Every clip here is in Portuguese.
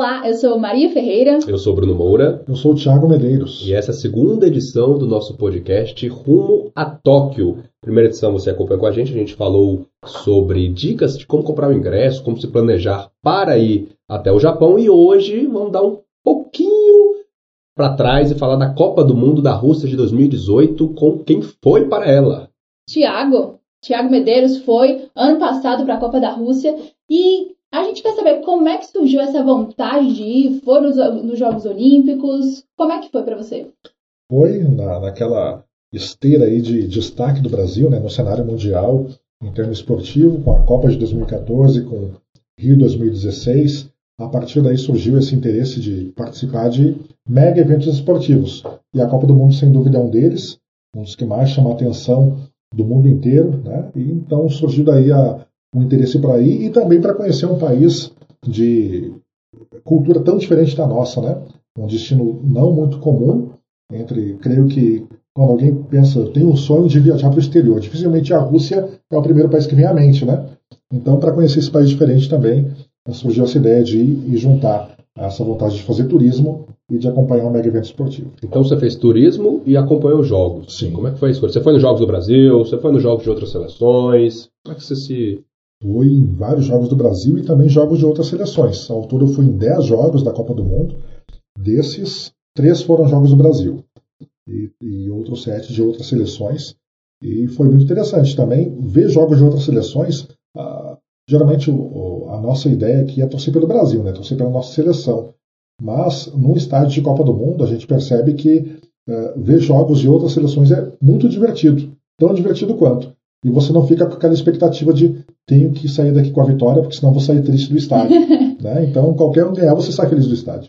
Olá, eu sou Maria Ferreira. Eu sou Bruno Moura. Eu sou o Thiago Medeiros. E essa é a segunda edição do nosso podcast Rumo a Tóquio. Primeira edição você acompanha com a gente falou sobre dicas de como comprar o ingresso, como se planejar para ir até o Japão. E hoje vamos dar um pouquinho para trás e falar da Copa do Mundo da Rússia de 2018 com quem foi para ela. Thiago Medeiros foi ano passado para a Copa da Rússia e a gente quer saber como é que surgiu essa vontade de ir, foi nos Jogos Olímpicos, como é que foi para você? Foi naquela esteira aí de destaque do Brasil, né, no cenário mundial, em termos esportivo, com a Copa de 2014, com Rio 2016. A partir daí surgiu esse interesse de participar de mega eventos esportivos. E a Copa do Mundo, sem dúvida, é um deles, um dos que mais chama a atenção do mundo inteiro, né? E então surgiu daí um interesse para ir e também para conhecer um país de cultura tão diferente da nossa, né? Um destino não muito comum. Creio que quando alguém pensa, tem um sonho de viajar para o exterior, dificilmente a Rússia é o primeiro país que vem à mente, né? Então, para conhecer esse país diferente também, surgiu essa ideia de ir e juntar essa vontade de fazer turismo e de acompanhar um mega evento esportivo. Então você fez turismo e acompanhou os jogos. Sim. Como é que foi isso? Você foi nos Jogos do Brasil? Você foi nos Jogos de outras seleções? Como é que você se... Fui em vários jogos do Brasil e também jogos de outras seleções. Ao todo eu fui em 10 jogos da Copa do Mundo. Desses, 3 foram jogos do Brasil e outros 7 de outras seleções. E foi muito interessante também ver jogos de outras seleções. Geralmente a nossa ideia aqui é torcer pelo Brasil, né? Torcer pela nossa seleção. Mas num estádio de Copa do Mundo a gente percebe que ver jogos de outras seleções é muito divertido. Tão divertido quanto. E você não fica com aquela expectativa de tenho que sair daqui com a vitória, porque senão vou sair triste do estádio. Né? Então, qualquer um ganhar, você sai feliz do estádio.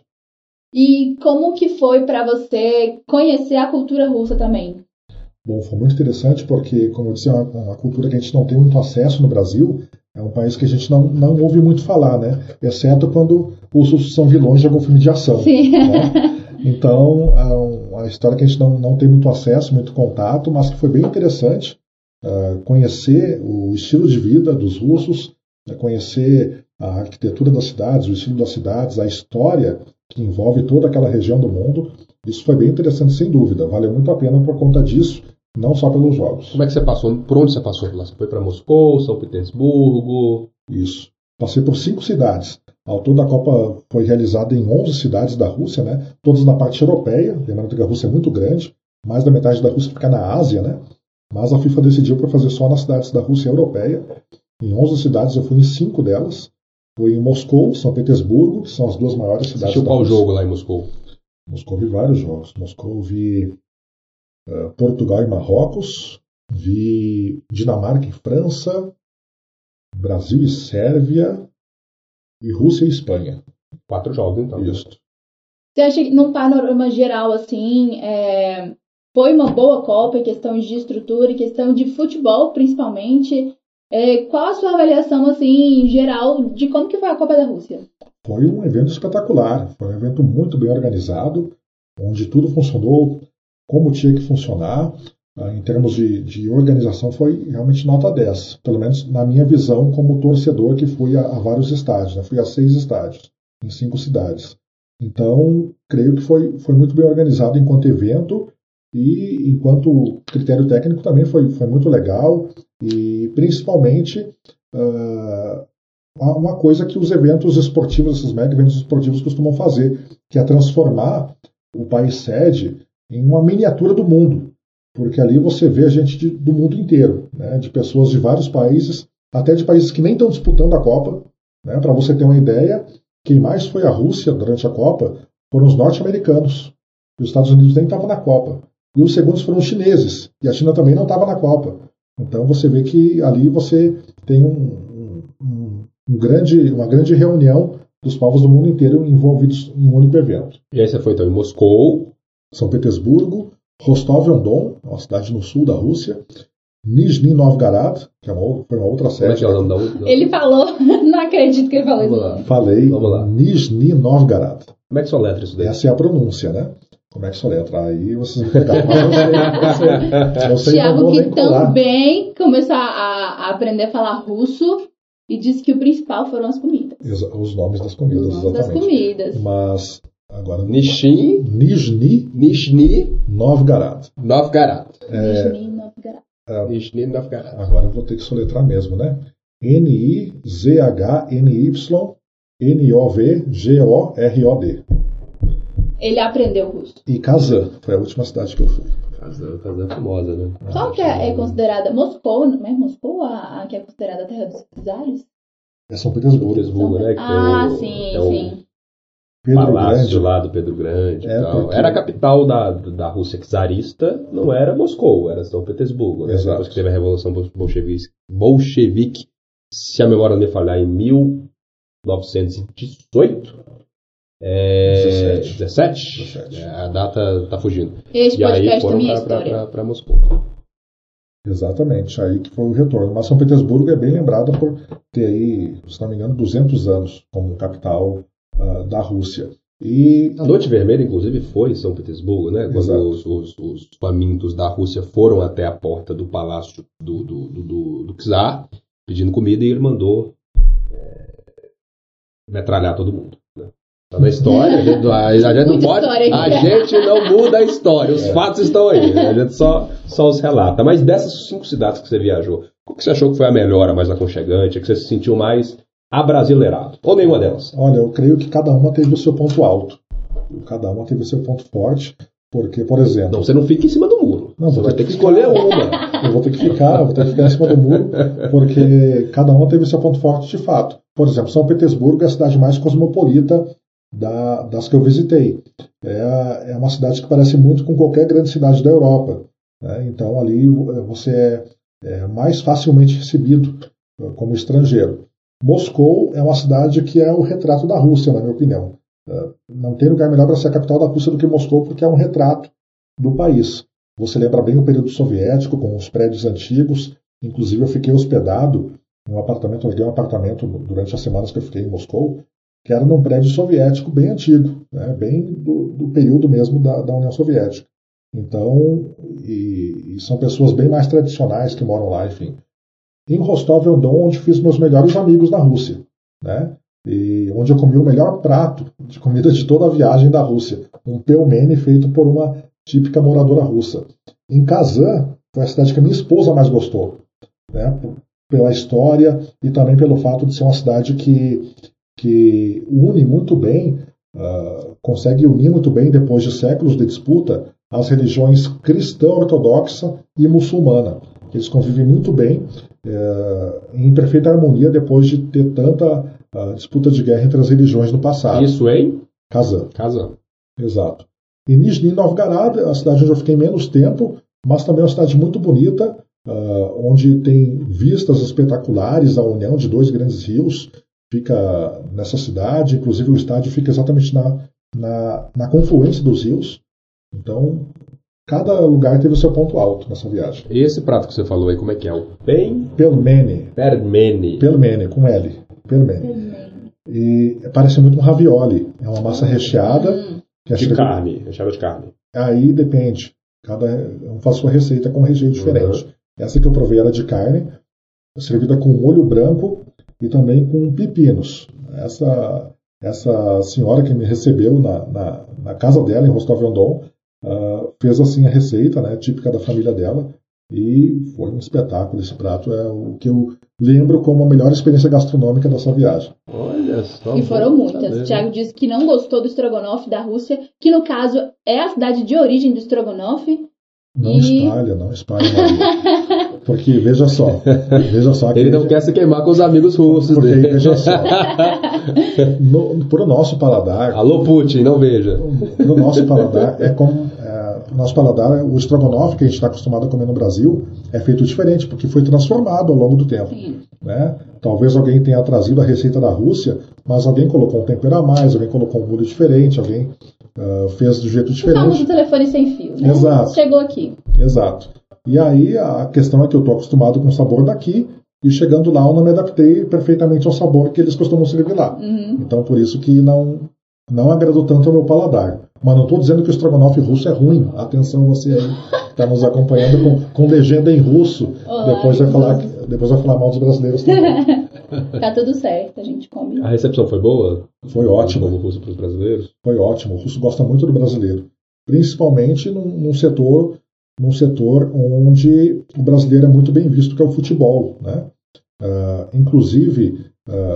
E como que foi para você conhecer a cultura russa também? Bom, foi muito interessante porque, como eu disse, é uma cultura que a gente não tem muito acesso no Brasil. É um país que a gente não ouve muito falar, né? Exceto quando os russos são vilões de algum filme de ação. Sim. Né? Então, é uma história que a gente não tem muito acesso, muito contato, mas que foi bem interessante. Conhecer o estilo de vida dos russos, conhecer a arquitetura das cidades, o estilo das cidades, a história que envolve toda aquela região do mundo. Isso foi bem interessante, sem dúvida. Valeu muito a pena por conta disso, não só pelos jogos. Como é que você passou? Por onde você passou? Você foi para Moscou, São Petersburgo? Isso. Passei por 5 cidades. Ao todo, a Copa foi realizada em 11 cidades da Rússia, né? Todas na parte europeia. Lembrando que a Rússia é muito grande. Mais da metade da Rússia fica na Ásia, né? Mas a FIFA decidiu para fazer só nas cidades da Rússia europeia. Em 11 cidades, eu fui em 5 delas. Fui em Moscou, São Petersburgo, que são as 2 maiores cidades da Rússia. Qual jogo lá em Moscou? Moscou vi vários jogos. Moscou vi Portugal e Marrocos. Vi Dinamarca e França. Brasil e Sérvia. E Rússia e Espanha. 4 jogos, então. Isso. Você acha que, num panorama geral, assim, foi uma boa Copa em questão de estrutura, em questão de futebol, principalmente? Qual a sua avaliação, assim, geral, de como que foi a Copa da Rússia? Foi um evento espetacular. Foi um evento muito bem organizado, onde tudo funcionou como tinha que funcionar. Em termos de organização, foi realmente nota 10. Pelo menos na minha visão como torcedor que fui a vários estádios. Né? Fui a 6 estádios, em 5 cidades. Então, creio que foi muito bem organizado enquanto evento e enquanto critério técnico também foi muito legal. E, principalmente, uma coisa que os eventos esportivos, esses mega eventos esportivos costumam fazer, que é transformar o país sede em uma miniatura do mundo. Porque ali você vê a gente do mundo inteiro, né? De pessoas de vários países, até de países que nem estão disputando a Copa. Né? Para você ter uma ideia, quem mais foi à Rússia durante a Copa foram os norte-americanos. Os Estados Unidos nem estavam na Copa. E os segundos foram os chineses. E a China também não estava na Copa. Então você vê que ali você tem uma grande reunião dos povos do mundo inteiro envolvidos em um único evento. E aí você foi então em Moscou, São Petersburgo, Rostov-on-Don, uma cidade no sul da Rússia, Nizhny Novgorod, que foi uma outra sede. Como é que é o nome? Ele falou, não acredito que ele falou isso. Falei, Vamos lá. Nizhny Novgorod. Como é que soletra isso daí? Essa é a pronúncia, né? Como é que soletra? Aí vocês vão pegar. Mas eu sei Thiago, não vou que nem colar. também começou a aprender a falar russo, e disse que o principal foram as comidas. Os nomes das comidas, Os nomes das exatamente. comidas. Mas agora Nizhny Novgorod. Nizhny Novgorod. Nizhny Novgorod. Agora eu vou ter que soletrar mesmo, né? Nizhny-Novgorod. Ele aprendeu russo. E Kazan foi a última cidade que eu fui. Kazan é famosa, né? Qual que é considerada? Moscou, não é Moscou a que é considerada a terra dos czares? É São Petersburgo. Né? Sim. Pedro Palácio Grande. Lá do Pedro Grande. Porque... Era a capital da Rússia czarista, não era Moscou, era São Petersburgo. Né? Depois que teve a Revolução Bolchevique, se a memória não me falhar, em 1918. 17. A data tá fugindo. Esse e aí podcast foram para Moscou. Exatamente, aí que foi o retorno. Mas São Petersburgo é bem lembrada por ter aí, se não me engano, 200 anos como capital da Rússia. E a Noite Vermelha, inclusive, foi em São Petersburgo, né? Quando os famintos da Rússia foram até a porta do palácio do czar pedindo comida e ele mandou metralhar todo mundo. Né? Tá na história, a gente não pode, a gente não muda a história, os fatos estão aí, né? A gente só os relata. Mas dessas 5 cidades que você viajou, qual que você achou que foi a melhor, a mais aconchegante, a que você se sentiu mais abrasileirado? Ou nenhuma delas? Olha, eu creio que cada uma teve o seu ponto alto, cada uma teve o seu ponto forte, porque, por exemplo... Não, você não fica em cima do muro, não, você vai ter que escolher uma. Eu vou ter que ficar em cima do muro, porque cada uma teve o seu ponto forte de fato. Por exemplo, São Petersburgo é a cidade mais cosmopolita das que eu visitei. É uma cidade que parece muito com qualquer grande cidade da Europa. Né? Então ali você é mais facilmente recebido como estrangeiro. Moscou é uma cidade que é o retrato da Rússia, na minha opinião. Não tem lugar melhor para ser a capital da Rússia do que Moscou, porque é um retrato do país. Você lembra bem o período soviético, com os prédios antigos. Inclusive eu fiquei hospedado em um apartamento, aluguei um apartamento durante as semanas que eu fiquei em Moscou, que era num prédio soviético bem antigo, né, bem do período mesmo da União Soviética. Então, e são pessoas bem mais tradicionais que moram lá, enfim. Em Rostov-on-Don, onde fiz meus melhores amigos na Rússia, né, e onde eu comi o melhor prato de comida de toda a viagem da Rússia, um pelmeni feito por uma típica moradora russa. Em Kazan, foi a cidade que a minha esposa mais gostou, né, pela história e também pelo fato de ser uma cidade que une muito bem, consegue unir muito bem, depois de séculos de disputa, as religiões cristã ortodoxa e muçulmana. Eles convivem muito bem, em perfeita harmonia, depois de ter tanta disputa de guerra entre as religiões no passado. Isso em? Kazan. Exato. E Nizhny Novgorod, a cidade onde eu fiquei menos tempo, mas também é uma cidade muito bonita, onde tem vistas espetaculares, a união de 2 grandes rios fica nessa cidade, inclusive o estádio fica exatamente na confluência dos rios. Então, cada lugar teve o seu ponto alto nessa viagem. E esse prato que você falou aí, como é que é? O pelmeni. Pelmeni, com L. Pelmeni. E parece muito um ravioli. É uma massa recheada. Recheada de carne. Aí depende. Cada um faz sua receita com um recheio diferente. Essa que eu provei era de carne, servida com molho branco e também com pepinos. Essa senhora que me recebeu na casa dela, em Rostov-on-Don, fez assim a receita, né, típica da família dela, e foi um espetáculo. Esse prato é o que eu lembro como a melhor experiência gastronômica dessa viagem. Olha só. E foram muitas. O Thiago disse que não gostou do estrogonofe da Rússia, que no caso é a cidade de origem do estrogonofe. Não espalha, Maria. Porque, veja só. Ele não quer se queimar com os amigos russos dele. Veja só. Pro nosso paladar... Alô, Putin, não veja. Pro nosso paladar, nosso paladar, o estrogonofe que a gente está acostumado a comer no Brasil é feito diferente, porque foi transformado ao longo do tempo. Né? Talvez alguém tenha trazido a receita da Rússia, mas alguém colocou um tempero a mais, alguém colocou um molho diferente, alguém fez do jeito diferente. O famoso telefone sem fio, né? Exato. Chegou aqui. Exato. E aí a questão é que eu estou acostumado com o sabor daqui, e chegando lá eu não me adaptei perfeitamente ao sabor que eles costumam servir lá. Então por isso que não agradou tanto ao meu paladar. Mas não estou dizendo que o estrogonofe russo é ruim. Atenção você aí que está nos acompanhando com legenda em russo. Olá, depois vai falar mal dos brasileiros também. Tá tudo certo, a gente come. A recepção foi boa? Foi ótimo. O russo para os brasileiros? Foi ótimo. O russo gosta muito do brasileiro, principalmente num setor onde o brasileiro é muito bem visto, que é o futebol, né? Inclusive,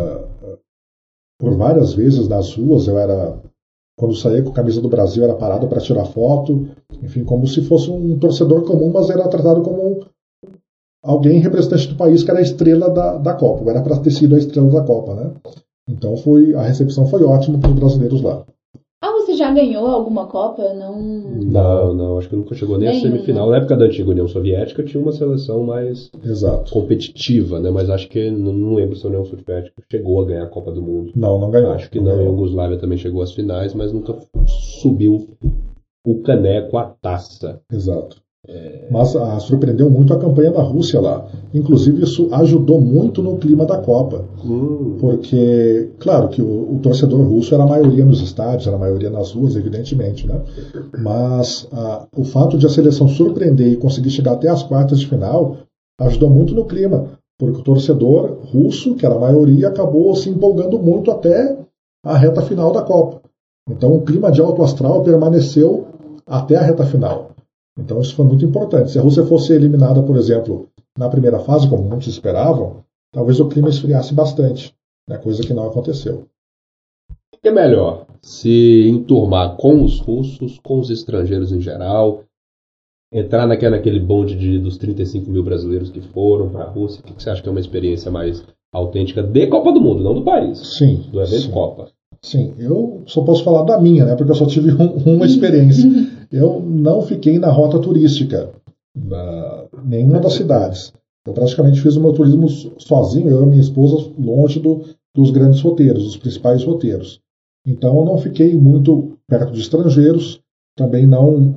por várias vezes nas ruas, quando saía com a camisa do Brasil, era parado para tirar foto, enfim, como se fosse um torcedor comum, mas era tratado como alguém representante do país, que era a estrela da Copa, era para ter sido a estrela da Copa, né? Então a recepção foi ótima para os brasileiros lá. Você já ganhou alguma Copa? Não, acho que nunca chegou nem a semifinal. Na época da antiga União Soviética tinha uma seleção mais competitiva, né? Mas acho que, não lembro se a União Soviética chegou a ganhar a Copa do Mundo. Não ganhou. Acho que não. A Iugoslávia também chegou às finais, mas nunca subiu o caneco, a taça. Exato. Mas surpreendeu muito a campanha da Rússia lá. Inclusive, isso ajudou muito no clima da Copa. Porque, claro, que o torcedor russo era a maioria nos estádios, era a maioria nas ruas, evidentemente, né? Mas o fato de a seleção surpreender e conseguir chegar até as quartas de final ajudou muito no clima. Porque o torcedor russo, que era a maioria, acabou se empolgando muito até a reta final da Copa. Então, o clima de alto astral permaneceu até a reta final. Então isso foi muito importante. Se a Rússia fosse eliminada, por exemplo, na primeira fase, como muitos esperavam, talvez o clima esfriasse bastante, né? Coisa que não aconteceu. É melhor se enturmar com os russos, com os estrangeiros em geral, entrar naquele bonde dos 35 mil brasileiros que foram para a Rússia. O que você acha que é uma experiência mais autêntica de Copa do Mundo, não do país? Sim. Do evento Copa. Sim, eu só posso falar da minha, né? Porque eu só tive uma experiência. Eu não fiquei na rota turística, nenhuma das cidades. Eu praticamente fiz o meu turismo sozinho, eu e minha esposa, longe dos grandes roteiros, dos principais roteiros. Então eu não fiquei muito perto de estrangeiros, também não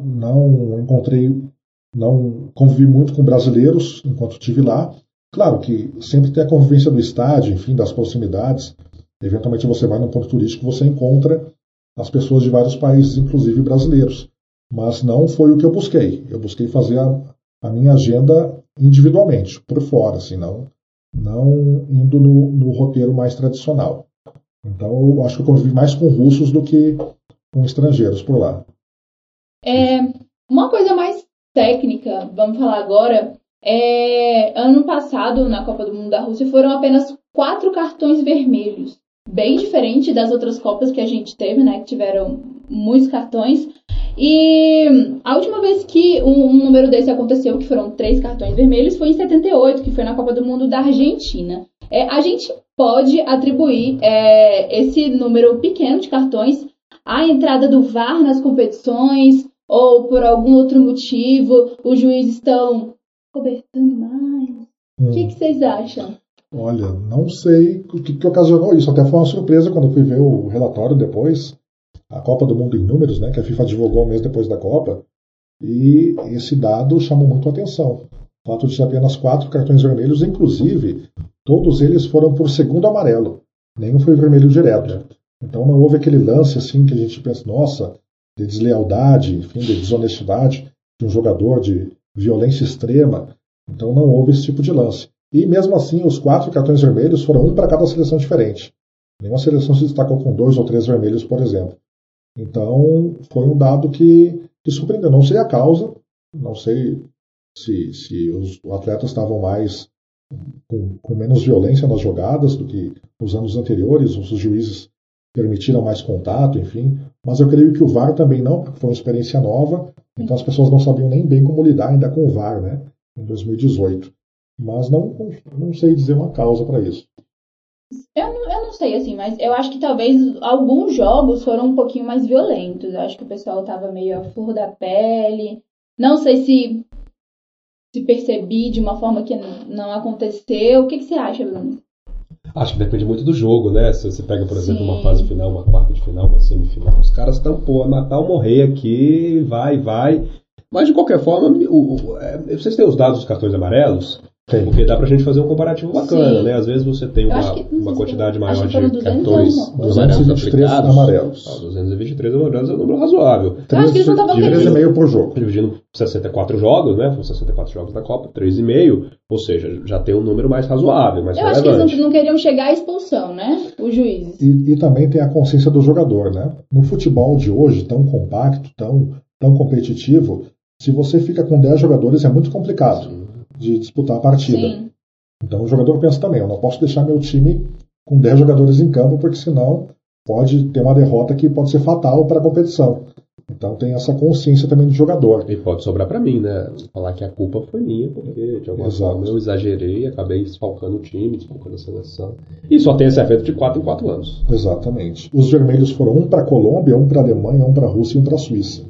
convivi muito com brasileiros enquanto estive lá. Claro que sempre tem a convivência do estádio, enfim, das proximidades. Eventualmente você vai num ponto turístico, você encontra as pessoas de vários países, inclusive brasileiros. Mas não foi o que eu busquei. Eu busquei fazer a minha agenda individualmente, por fora, assim, não indo no roteiro mais tradicional. Então eu acho que eu convivi mais com russos do que com estrangeiros por lá. Uma coisa mais técnica, vamos falar agora. Ano passado, na Copa do Mundo da Rússia, foram apenas 4 cartões vermelhos. Bem diferente das outras Copas que a gente teve, né? Que tiveram muitos cartões. E a última vez que um número desse aconteceu, que foram 3 cartões vermelhos, foi em 78, que foi na Copa do Mundo da Argentina. A gente pode atribuir esse número pequeno de cartões à entrada do VAR nas competições, ou por algum outro motivo, os juízes estão cobertando mais. O que vocês acham? Olha, não sei o que ocasionou isso. Até foi uma surpresa quando eu fui ver o relatório depois. A Copa do Mundo em números, né, que a FIFA divulgou um mês depois da Copa, e esse dado chamou muito a atenção. O fato de ter apenas 4 cartões vermelhos, inclusive, todos eles foram por segundo amarelo. Nenhum foi vermelho direto. Então não houve aquele lance assim que a gente pensa, nossa, de deslealdade, enfim, de desonestidade de um jogador, de violência extrema. Então não houve esse tipo de lance. E mesmo assim, os 4 cartões vermelhos foram um para cada seleção diferente. Nenhuma seleção se destacou com 2 ou 3 vermelhos, por exemplo. Então, foi um dado que surpreendeu. Não sei a causa, não sei se os atletas estavam mais com menos violência nas jogadas do que nos anos anteriores, os juízes permitiram mais contato, enfim. Mas eu creio que o VAR também não, porque foi uma experiência nova, então as pessoas não sabiam nem bem como lidar ainda com o VAR, né, em 2018. Mas não sei dizer uma causa para isso. Eu não sei, assim, mas eu acho que talvez alguns jogos foram um pouquinho mais violentos. Eu acho que o pessoal tava meio à flor da pele. Não sei se percebi de uma forma que não aconteceu. O que você acha, Bruno? Acho que depende muito do jogo, né? Se você pega, por exemplo, uma fase final, uma quarta de final, uma semifinal, os caras estão, matar ou morrer aqui, vai. Mas, de qualquer forma, vocês têm os dados dos cartões amarelos? Tem. Porque dá pra gente fazer um comparativo bacana, Sim. né? Às vezes você tem uma quantidade maior de cartões amarelos 223 amarelos. 223 amarelos é um número razoável. Eu acho que eles não estavam 3,5 por jogo. Dividindo 64 jogos, né? Foram 64 jogos da Copa, 3,5. Ou seja, já tem um número mais razoável, mais Eu relevante. acho que eles não queriam chegar à expulsão, né? Os juízes. E também tem a consciência do jogador, né? No futebol de hoje, tão compacto, tão competitivo, se você fica com 10 jogadores é muito complicado de disputar a partida. Sim. Então o jogador pensa também, eu não posso deixar meu time com 10 jogadores em campo, porque senão pode ter uma derrota que pode ser fatal para a competição. Então tem essa consciência também do jogador. E pode sobrar pra mim, né? Falar que a culpa foi minha, porque de alguma forma eu exagerei, acabei desfalcando o time, desfalcando a seleção. E só tem esse efeito de 4 em 4 anos. Exatamente. Os vermelhos foram um para a Colômbia, um para a Alemanha, um para a Rússia e um para a Suíça.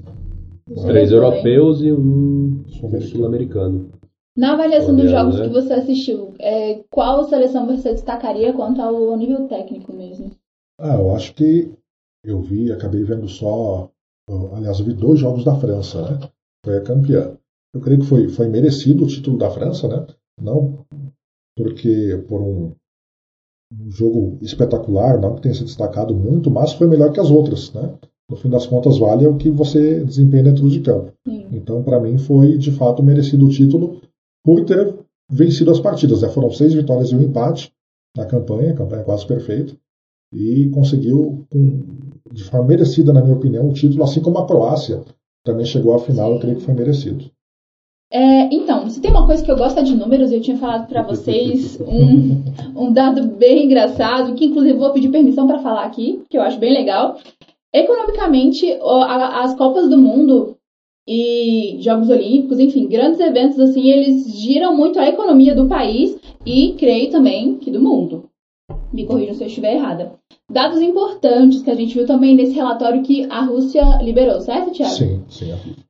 3 europeus e um sul-americano. Na avaliação dos jogos né? que você assistiu, qual seleção você destacaria quanto ao nível técnico mesmo? Eu acho que acabei vendo aliás, eu vi 2 jogos da França, né? Foi a campeã. Eu creio que foi merecido o título da França, né? Não porque por um jogo espetacular, não que tenha se destacado muito, mas foi melhor que as outras, né? No fim das contas, vale o que você desempenha dentro de campo. Sim. Então, para mim, foi de fato merecido o título por ter vencido as partidas. Foram 6 vitórias e um empate na campanha, a campanha quase perfeita, e conseguiu, de forma merecida, na minha opinião, o título, assim como a Croácia também chegou à final. Eu creio que foi merecido. Então, se tem uma coisa que eu gosto de números, eu tinha falado para vocês um dado bem engraçado, que inclusive vou pedir permissão para falar aqui, que eu acho bem legal. Economicamente, as Copas do Mundo e Jogos Olímpicos, enfim, grandes eventos assim, eles giram muito a economia do país e creio também que do mundo. Me corrijam se eu estiver errada. Dados importantes que a gente viu também nesse relatório que a Rússia liberou, certo, Thiago? Sim.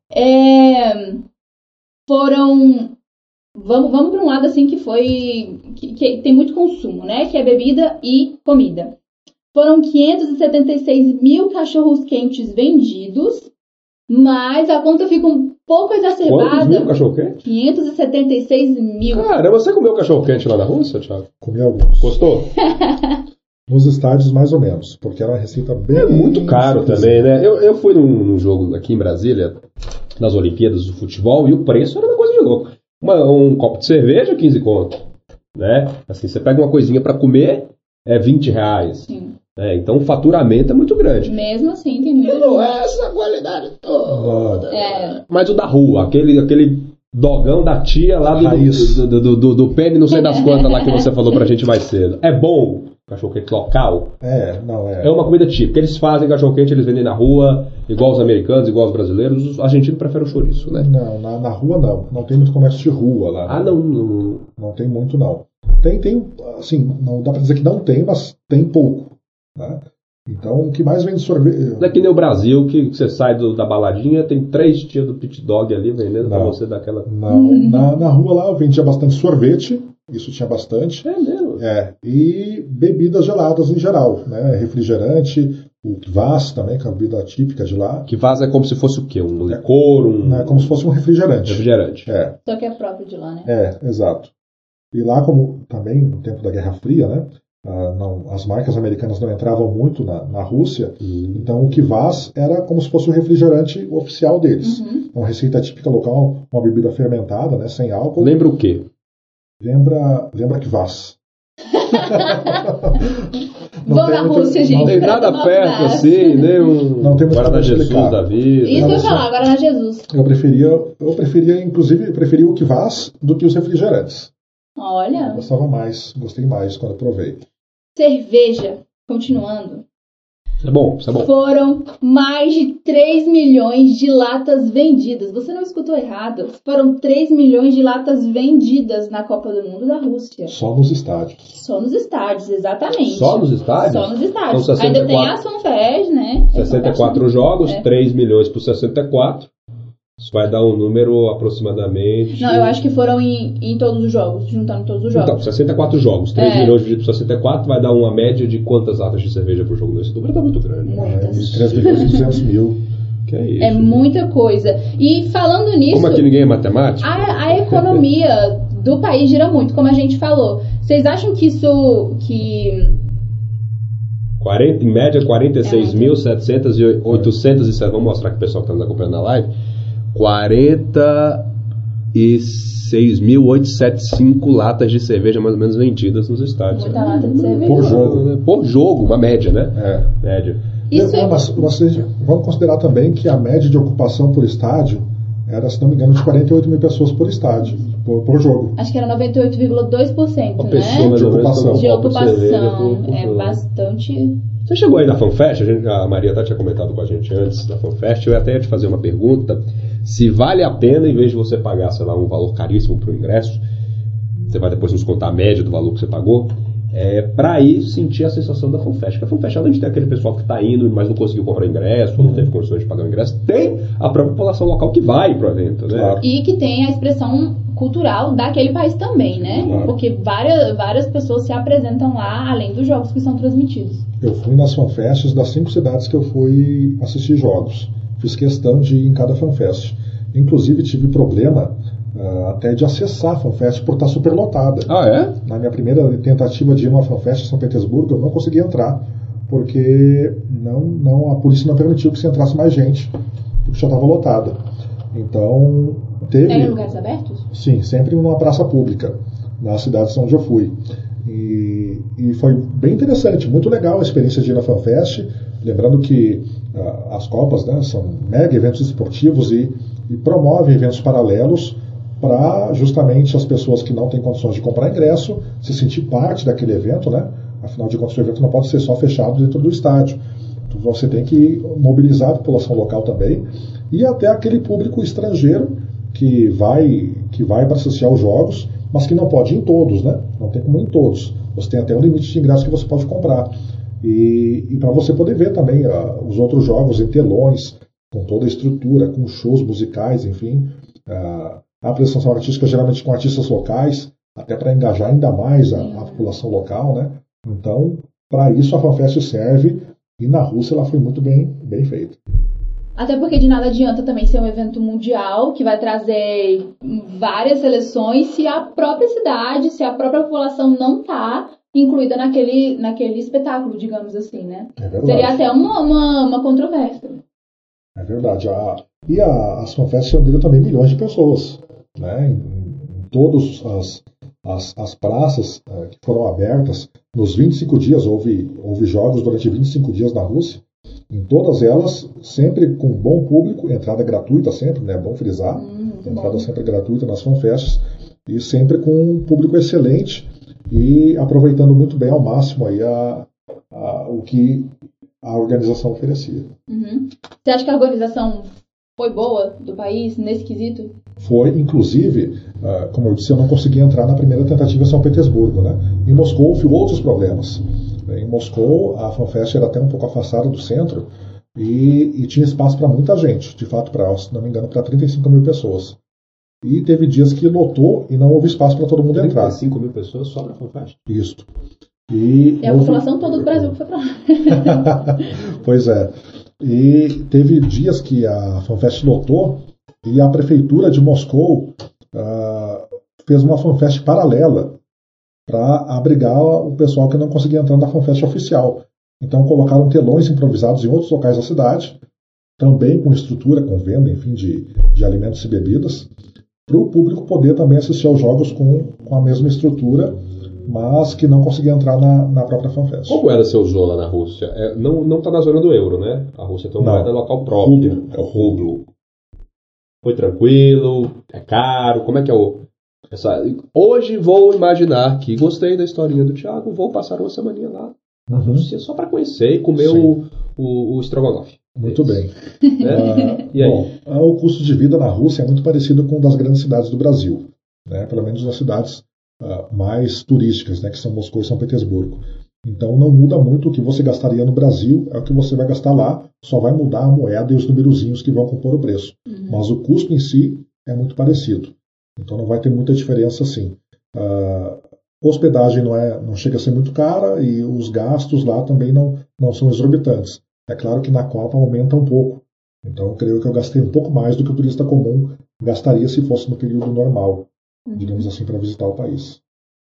Foram... Vamos para um lado assim que tem muito consumo, né? Que é bebida e comida. Foram 576 mil cachorros-quentes vendidos, mas a conta fica um pouco exacerbada. Quantos mil cachorro-quente? 576 mil. Caramba, você comeu cachorro-quente lá na Rússia, Thiago? Comi alguns. Gostou? Nos estádios, mais ou menos, porque era uma receita bem... É muito caro também, né? Eu fui num jogo aqui em Brasília, nas Olimpíadas do futebol, e o preço era uma coisa de louco. Um copo de cerveja, 15 conto. Né? Assim, você pega uma coisinha para comer, é 20 reais. Sim. Então o faturamento é muito grande. Mesmo assim, tem muita Não gente. é essa qualidade toda. É. Mas o da rua, aquele dogão da tia lá do pênis, não sei das quantas lá que você falou pra gente mais cedo. É bom cachorro-quente local? É uma comida típica. Eles fazem cachorro-quente, eles vendem na rua, igual os americanos, igual os brasileiros. Os argentinos preferem o chouriço, né? Não, na rua não. Não tem muito comércio de rua lá. Né? Não. Não tem muito, não. Tem, assim, não dá pra dizer que não tem, mas tem pouco. Né? Então, o que mais vende sorvete... Não é que nem o Brasil, que você sai da baladinha, tem 3 tias do pit dog ali vendendo pra você daquela... Não, na rua lá eu vendia bastante sorvete, isso tinha bastante. É mesmo? E bebidas geladas em geral, né? Refrigerante, o kvass também, que é a bebida típica de lá. Kvass é como se fosse o quê? Um licor? É como se fosse um refrigerante. Só que é próprio de lá, né? Exato. E lá, como também no tempo da Guerra Fria, né? As marcas americanas não entravam muito na Rússia, então o kvass era como se fosse o refrigerante oficial deles. Uma receita típica local, uma bebida fermentada, né, sem álcool. Lembra o quê? Lembra kvass. Vamos na Rússia, gente. Não tem nada perto assim, nem não tem muito Guaraná Jesus da vida. Isso que eu ia falar, Guaraná Jesus. Eu preferia, inclusive, o kvass do que os refrigerantes. Olha. Gostei mais quando eu provei. Cerveja, continuando. Isso é bom. Foram mais de 3 milhões de latas vendidas. Você não escutou errado. Foram 3 milhões de latas vendidas na Copa do Mundo da Rússia. Só nos estádios. Só nos estádios, exatamente. Só nos estádios? Só nos estádios. Então, 64, ainda tem a Sonfest, né? 64 jogos, 3 milhões por 64. Isso vai dar um número aproximadamente... Não, eu acho que foram em todos os jogos, juntando todos os jogos. Então, 64 jogos, 3 milhões dividido por 64 vai dar uma média de quantas latas de cerveja por jogo? Esse número tá muito grande. Muitas. 3 milhões e 200 mil. Que é isso? É muita coisa. E falando nisso... Como aqui ninguém é matemático? A economia do país gira muito, como a gente falou. Vocês acham que isso... Em média, 46.700 e 800, vamos mostrar que o pessoal que está nos acompanhando na live, 46.875 latas de cerveja mais ou menos vendidas nos estádios. Muita lata de cerveja. Por jogo. Por jogo, uma média, né? Média. Mas vocês vão considerar também que a média de ocupação por estádio era, se não me engano, de 48 mil pessoas por estádio, por jogo. Acho que era 98,2%, Uma né? pessoa mais ou menos De tomar um copo de cerveja ocupação. por É jogo. bastante... Você chegou aí na FanFest, a Maria até tinha comentado com a gente antes da FanFest, eu até ia te fazer uma pergunta, se vale a pena, em vez de você pagar, sei lá, um valor caríssimo para o ingresso, você vai depois nos contar a média do valor que você pagou, para ir sentir a sensação da FanFest. Porque a FanFest, além de ter aquele pessoal que está indo, mas não conseguiu comprar ingresso, ou não teve condições de pagar o ingresso, tem a própria população local que vai para o evento, né? Claro. E que tem a expressão cultural daquele país também, né? Claro. Porque várias pessoas se apresentam lá, além dos jogos que são transmitidos. Eu fui nas fanfests das 5 cidades que eu fui assistir jogos. Fiz questão de ir em cada fanfest. Inclusive tive problema até de acessar a fanfest por estar superlotada. Ah, é? Na minha primeira tentativa de ir numa fanfest em São Petersburgo, eu não consegui entrar, porque a polícia não permitiu que se entrasse mais gente, porque já estava lotada. Então, teve... Tem lugares abertos? Sim, sempre numa praça pública, nas cidades onde eu fui. E foi bem interessante, muito legal a experiência de ir na FanFest. Lembrando que as Copas, né, são mega eventos esportivos e promovem eventos paralelos para justamente as pessoas que não têm condições de comprar ingresso se sentir parte daquele evento, né? Afinal de contas, o evento não pode ser só fechado dentro do estádio. Então, você tem que mobilizar a população local também e até aquele público estrangeiro que vai para assistir aos jogos, mas que não pode ir em todos, né? Não tem como ir em todos. Você tem até um limite de ingressos que você pode comprar. E para você poder ver também os outros jogos em telões, com toda a estrutura, com shows musicais, enfim. A apresentação artística geralmente com artistas locais, até para engajar ainda mais a população local, né? Então, para isso a FanFest serve, e na Rússia ela foi muito bem feita. Até porque de nada adianta também ser um evento mundial que vai trazer várias seleções se a própria cidade, se a própria população não está incluída naquele espetáculo, digamos assim, né? É verdade. Seria até uma controvérsia. É verdade. As FanFests renderam também milhões de pessoas, né? Em todas as praças que foram abertas, nos 25 dias, houve jogos durante 25 dias na Rússia. Em todas elas, sempre com bom público, entrada gratuita sempre, né? É bom frisar. Entrada sempre gratuita nas fanfests e sempre com um público excelente e aproveitando muito bem ao máximo aí o que a organização oferecia. Uhum. Você acha que a organização foi boa do país nesse quesito? Foi, inclusive, como eu disse, eu não consegui entrar na primeira tentativa em São Petersburgo, né? Em Moscou houve outros problemas. Em Moscou, a FanFest era até um pouco afastada do centro e tinha espaço para muita gente. De fato, se não me engano, para 35 mil pessoas. E teve dias que lotou e não houve espaço para todo mundo entrar. 35 mil pessoas só para a FanFest? Isso. E a população toda do Brasil que foi para lá. Pois é. E teve dias que a FanFest lotou e a prefeitura de Moscou fez uma FanFest paralela para abrigar o pessoal que não conseguia entrar na FanFest oficial. Então colocaram telões improvisados em outros locais da cidade, também com estrutura, com venda, enfim, de alimentos e bebidas, para o público poder também assistir aos jogos com a mesma estrutura, mas que não conseguia entrar na própria FanFest. Qual moeda você usou lá na Rússia? Não está na zona do euro, né? A Rússia tem uma moeda local própria. Rublo. É o rublo. Foi tranquilo? É caro? Como é que é Hoje vou imaginar que gostei da historinha do Thiago, vou passar uma semaninha lá na Rússia só para conhecer e comer o estrogonofe. Muito bem. E aí? Bom, o custo de vida na Rússia é muito parecido com o das grandes cidades do Brasil, né? Pelo menos nas cidades mais turísticas, né? Que são Moscou e São Petersburgo. Então não muda muito o que você gastaria no Brasil, é o que você vai gastar lá, só vai mudar a moeda e os numerozinhos que vão compor o preço. Mas o custo em si é muito parecido. Então não vai ter muita diferença assim. Hospedagem não chega a ser muito cara e os gastos lá também não são exorbitantes. É claro que na Copa aumenta um pouco. Então eu creio que eu gastei um pouco mais do que o turista comum gastaria se fosse no período normal. digamos assim, para visitar o país.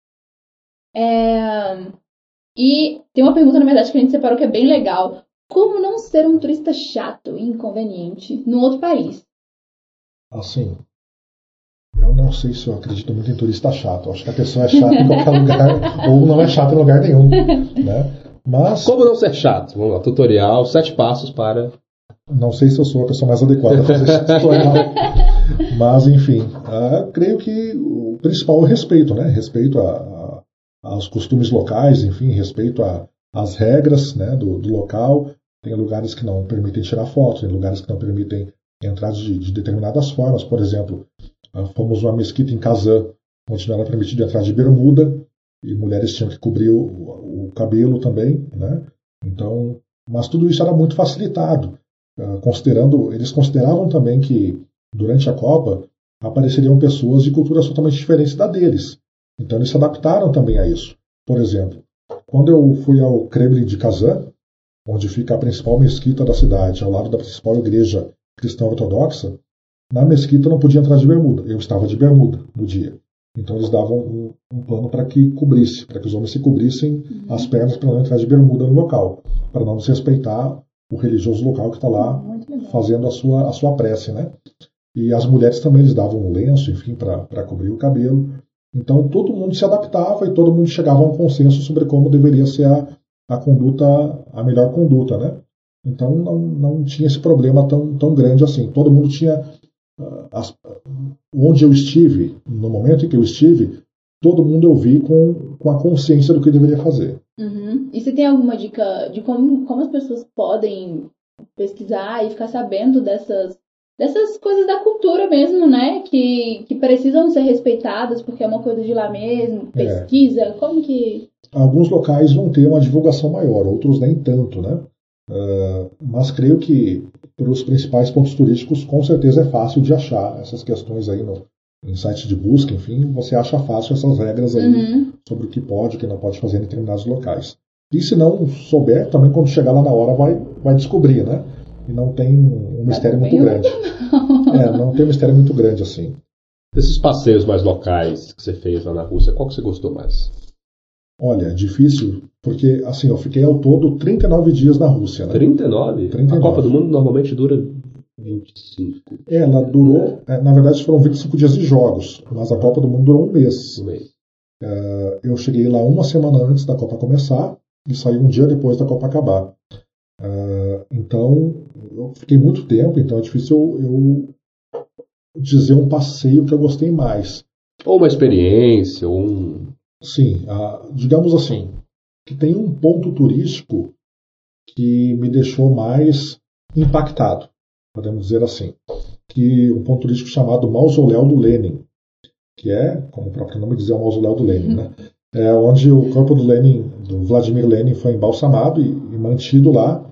E tem uma pergunta, na verdade, que a gente separou que é bem legal. Como não ser um turista chato e inconveniente no outro país? Assim, eu não sei se eu acredito muito em turista chato. Eu acho que a pessoa é chata em qualquer lugar, ou não é chata em lugar nenhum, né? Mas Como não ser chato? Vamos lá, tutorial, 7 passos para... não sei se eu sou a pessoa mais adequada para fazer esse tutorial. Mas, enfim, creio que o principal é o respeito, né? Respeito aos costumes locais, enfim, respeito às regras, né, do local. Tem lugares que não permitem tirar fotos, tem lugares que não permitem entrar de determinadas formas. Por exemplo, fomos uma mesquita em Kazan, onde não era permitido entrar de bermuda, e mulheres tinham que cobrir o cabelo também, né? Então, mas tudo isso era muito facilitado, eles consideravam também que durante a Copa apareceriam pessoas de culturas totalmente diferentes da deles. Então eles se adaptaram também a isso. Por exemplo, quando eu fui ao Kremlin de Kazan, onde fica a principal mesquita da cidade, ao lado da principal igreja cristã ortodoxa, na mesquita não podia entrar de bermuda. Eu estava de bermuda no dia. Então eles davam um pano para que cobrisse, para que os homens se cobrissem as pernas para não entrar de bermuda no local, para não desrespeitar o religioso local que está lá fazendo a sua prece, né? E as mulheres também eles davam um lenço, enfim, para cobrir o cabelo. Então todo mundo se adaptava e todo mundo chegava a um consenso sobre como deveria ser a conduta, a melhor conduta, né? Então não tinha esse problema tão grande assim. Todo mundo tinha onde eu estive, no momento em que eu estive, todo mundo eu vi com a consciência do que deveria fazer. E você tem alguma dica de como as pessoas podem pesquisar e ficar sabendo dessas coisas da cultura mesmo, né? Que precisam ser respeitadas porque é uma coisa de lá mesmo, pesquisa, como que... Alguns locais vão ter uma divulgação maior, outros nem tanto, né? Mas creio que para os principais pontos turísticos, com certeza é fácil de achar essas questões aí em sites de busca, enfim, você acha fácil essas regras aí sobre o que pode e o que não pode fazer em determinados locais. E se não souber, também quando chegar lá na hora vai descobrir, né? E não tem um mistério muito grande. Não tem um mistério muito grande assim. Desses passeios mais locais que você fez lá na Rússia, qual que você gostou mais? Olha, difícil, porque assim, eu fiquei ao todo 39 dias na Rússia, né? 39? A Copa do Mundo normalmente dura 25. Ela durou, na verdade foram 25 dias de jogos, mas a Copa do Mundo durou um mês. Eu cheguei lá uma semana antes da Copa começar e saí um dia depois da Copa acabar. Então, eu fiquei muito tempo, então é difícil eu dizer um passeio que eu gostei mais. Ou uma experiência, ou um... Sim, digamos assim, que tem um ponto turístico que me deixou mais impactado, podemos dizer assim, que um ponto turístico chamado Mausoléu do Lenin, que é, como o próprio nome diz, é o Mausoléu do Lenin, né? É onde o corpo do Lenin, do Vladimir Lenin, foi embalsamado e mantido lá.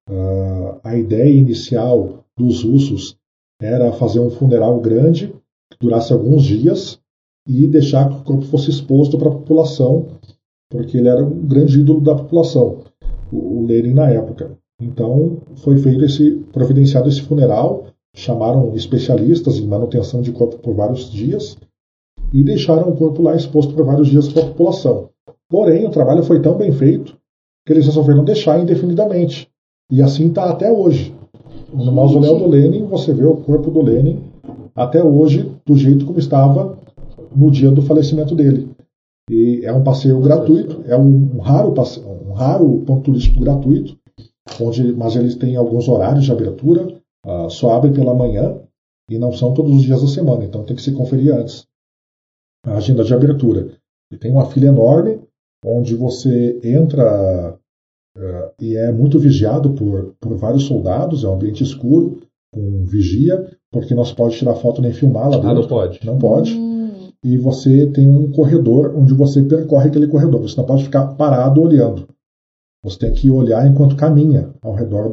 A ideia inicial dos russos era fazer um funeral grande, que durasse alguns dias, e deixar que o corpo fosse exposto para a população, porque ele era um grande ídolo da população, o Lenin na época. Então foi providenciado esse funeral, chamaram especialistas em manutenção de corpo por vários dias e deixaram o corpo lá exposto por vários dias para a população. Porém, o trabalho foi tão bem feito que eles resolveram deixar indefinidamente. E assim está até hoje. No Mausoléu do Lenin, você vê o corpo do Lenin até hoje do jeito como estava no dia do falecimento dele. E é um passeio gratuito, é um raro ponto turístico gratuito, mas eles têm alguns horários de abertura, só abre pela manhã e não são todos os dias da semana, então tem que se conferir antes a agenda de abertura. E tem uma fila enorme, onde você entra e é muito vigiado por vários soldados, é um ambiente escuro, com vigia, porque não se pode tirar foto nem filmar lá dentro. Não pode? Não pode. E você tem um corredor onde você percorre aquele corredor. Você não pode ficar parado olhando. Você tem que olhar enquanto caminha ao redor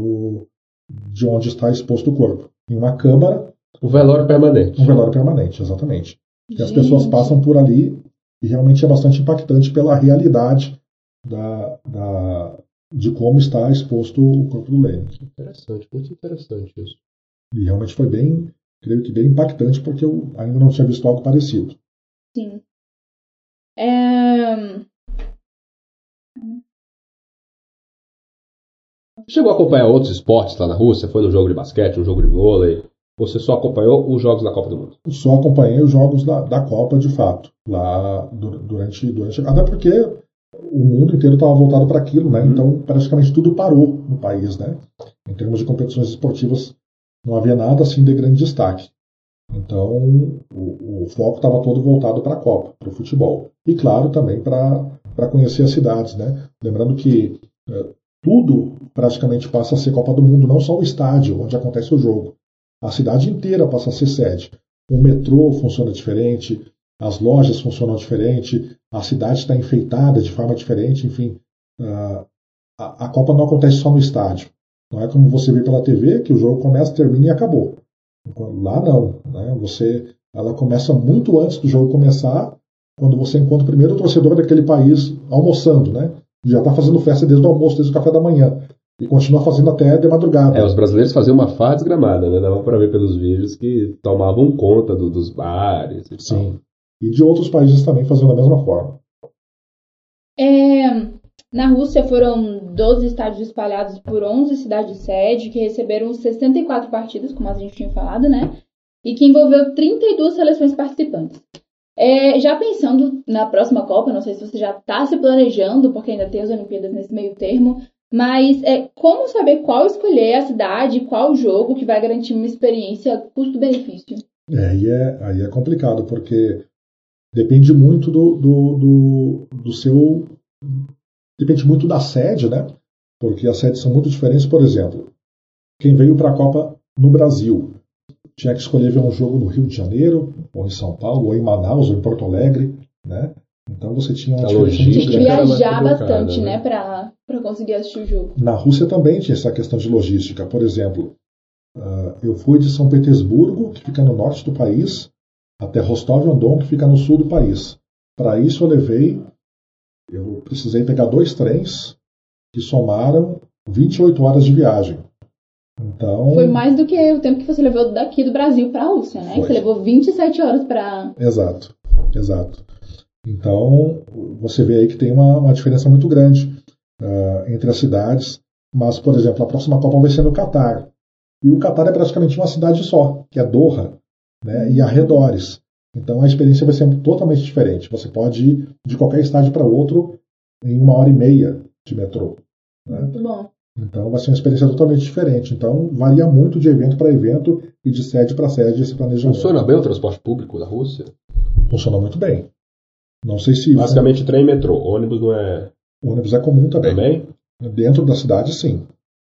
de onde está exposto o corpo. Em uma câmara. O velório permanente. Um velório permanente, exatamente. E as pessoas passam por ali e realmente é bastante impactante pela realidade de como está exposto o corpo do Lenin. Interessante, muito interessante isso. E realmente foi bem creio que bem impactante, porque eu ainda não tinha visto algo parecido. Sim. Chegou a acompanhar outros esportes lá na Rússia? Foi no jogo de basquete, um jogo de vôlei? Ou você só acompanhou os jogos da Copa do Mundo? Só acompanhei os jogos da Copa, de fato, lá durante. Até porque o mundo inteiro estava voltado para aquilo, né? Então praticamente tudo parou no país, né? Em termos de competições esportivas, não havia nada assim de grande destaque. Então o foco estava todo voltado para a Copa, para o futebol. E claro, também para conhecer as cidades, né? Lembrando que tudo praticamente passa a ser Copa do Mundo, não só o estádio onde acontece o jogo. A cidade inteira passa a ser sede. O metrô funciona diferente, as lojas funcionam diferente, a cidade está enfeitada de forma diferente, enfim. A Copa não acontece só no estádio. Não é como você vê pela TV, que o jogo começa, termina e acabou. Lá não. Né? Ela começa muito antes do jogo começar, quando você encontra o primeiro torcedor daquele país almoçando, né? Já está fazendo festa desde o almoço, desde o café da manhã. E continua fazendo até de madrugada. Os brasileiros faziam uma farra desgramada, né? Dava para ver pelos vídeos que tomavam conta dos bares e Sim. Tal. E de outros países também faziam da mesma forma. Na Rússia foram 12 estádios espalhados por 11 cidades-sede, que receberam 64 partidas, como a gente tinha falado, né? E que envolveu 32 seleções participantes. Já pensando na próxima Copa, não sei se você já está se planejando, porque ainda tem as Olimpíadas nesse meio termo, mas como saber qual escolher a cidade, qual jogo que vai garantir uma experiência custo-benefício? Aí é complicado, porque depende muito do seu... Depende muito da sede, né? Porque as sedes são muito diferentes. Por exemplo, quem veio para a Copa no Brasil tinha que escolher ver um jogo no Rio de Janeiro, ou em São Paulo, ou em Manaus, ou em Porto Alegre, né? Então você tinha uma diferença muito grande. Viajar bastante, né, para conseguir assistir o jogo. Na Rússia também tinha essa questão de logística. Por exemplo, eu fui de São Petersburgo, que fica no norte do país, até Rostov-on-Don, que fica no sul do país. Para isso eu precisei pegar 2 trens que somaram 28 horas de viagem. Então, foi mais do que o tempo que você levou daqui do Brasil para a Rússia, né? Você levou 27 horas para... Exato. Então, você vê aí que tem uma diferença muito grande entre as cidades. Mas, por exemplo, a próxima Copa vai ser no Catar. E o Catar é praticamente uma cidade só, que é Doha, né? E arredores. Então, a experiência vai ser totalmente diferente. Você pode ir de qualquer estádio para outro em 1h30 de metrô. Né? Muito bom. Então, vai ser uma experiência totalmente diferente. Então, varia muito de evento para evento e de sede para sede esse planejamento. Funciona bem o transporte público da Rússia? Funciona muito bem. Não sei se... Basicamente trem e metrô. Ônibus não é... Ônibus é comum também. Dentro da cidade, sim.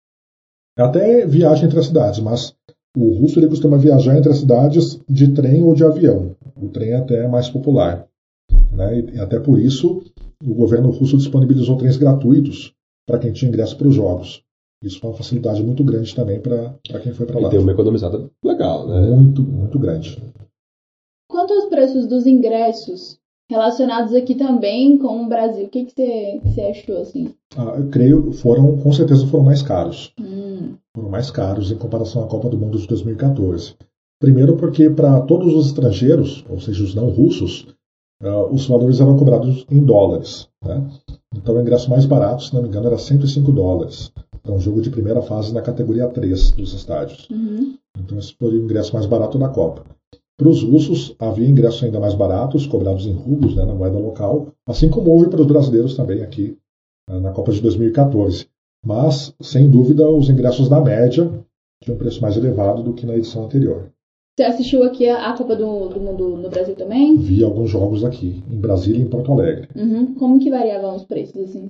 Até viagem entre as cidades, mas o russo ele costuma viajar entre as cidades de trem ou de avião. O trem é até mais popular. Né? E até por isso, o governo russo disponibilizou trens gratuitos para quem tinha ingresso para os jogos. Isso foi uma facilidade muito grande também para quem foi para lá. E tem uma economizada legal, né? Muito, muito grande. Quanto aos preços dos ingressos relacionados aqui também com o Brasil, o que você achou assim? Eu creio que com certeza foram mais caros. Foram mais caros em comparação à Copa do Mundo de 2014. Primeiro porque para todos os estrangeiros, ou seja, os não russos, os valores eram cobrados em dólares. Né? Então o ingresso mais barato, se não me engano, era $105 para um jogo de primeira fase na categoria 3 dos estádios. Então esse foi o ingresso mais barato da Copa. Para os russos, havia ingressos ainda mais baratos, cobrados em rublos, né, na moeda local, assim como houve para os brasileiros também aqui na Copa de 2014. Mas, sem dúvida, os ingressos da média tinham um preço mais elevado do que na edição anterior. Você assistiu aqui a Copa do Mundo no Brasil também? Vi alguns jogos aqui, em Brasília e em Porto Alegre. Como que variavam os preços, assim?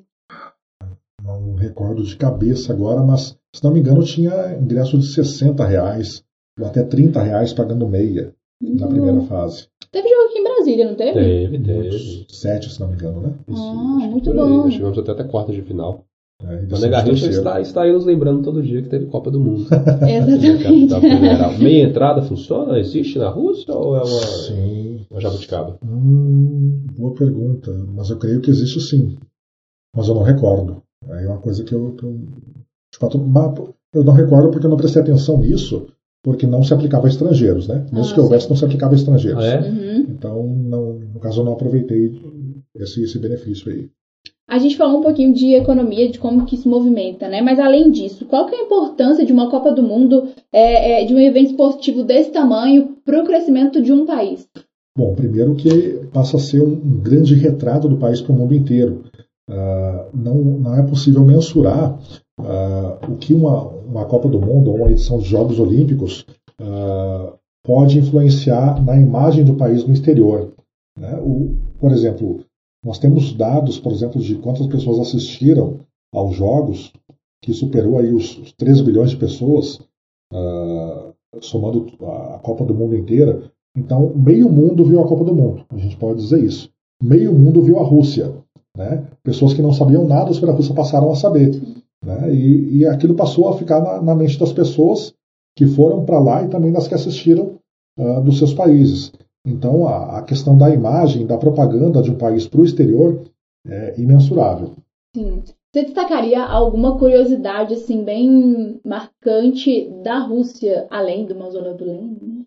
Não recordo de cabeça agora, mas, se não me engano, tinha ingresso de R$60 ou até R$30 pagando meia na primeira fase. Teve jogo aqui em Brasília, não teve? Teve. 7, se não me engano, né? Muito bom. Nós chegamos até quarta de final. O Mané Garrincha está aí nos lembrando todo dia que teve Copa do Mundo. Exatamente. Meia entrada funciona? Existe na Rússia ou é uma jabuticaba? Boa pergunta, mas eu creio que existe sim. Mas eu não recordo. É uma coisa que eu de fato, eu não recordo porque eu não prestei atenção nisso porque não se aplicava a estrangeiros, né? Mesmo que houvesse, não se aplicava a estrangeiros. Então, no caso, eu não aproveitei esse benefício aí. A gente falou um pouquinho de economia, de como que se movimenta, né? Mas além disso, qual que é a importância de uma Copa do Mundo, de um evento esportivo desse tamanho para o crescimento de um país? Bom, primeiro que passa a ser um grande retrato do país para o mundo inteiro. Não é possível mensurar o que uma Copa do Mundo ou uma edição de Jogos Olímpicos pode influenciar na imagem do país no exterior, né? Por exemplo, nós temos dados, por exemplo, de quantas pessoas assistiram aos Jogos, que superou aí os 3 bilhões de pessoas, somando a Copa do Mundo inteira. Então, meio mundo viu a Copa do Mundo, a gente pode dizer isso. Meio mundo viu a Rússia, né? Pessoas que não sabiam nada sobre a Rússia passaram a saber, né? E aquilo passou a ficar na mente das pessoas que foram para lá e também das que assistiram dos seus países. Então, a questão da imagem, da propaganda de um país para o exterior é imensurável. Sim. Você destacaria alguma curiosidade assim, bem marcante da Rússia, além do mausoléu?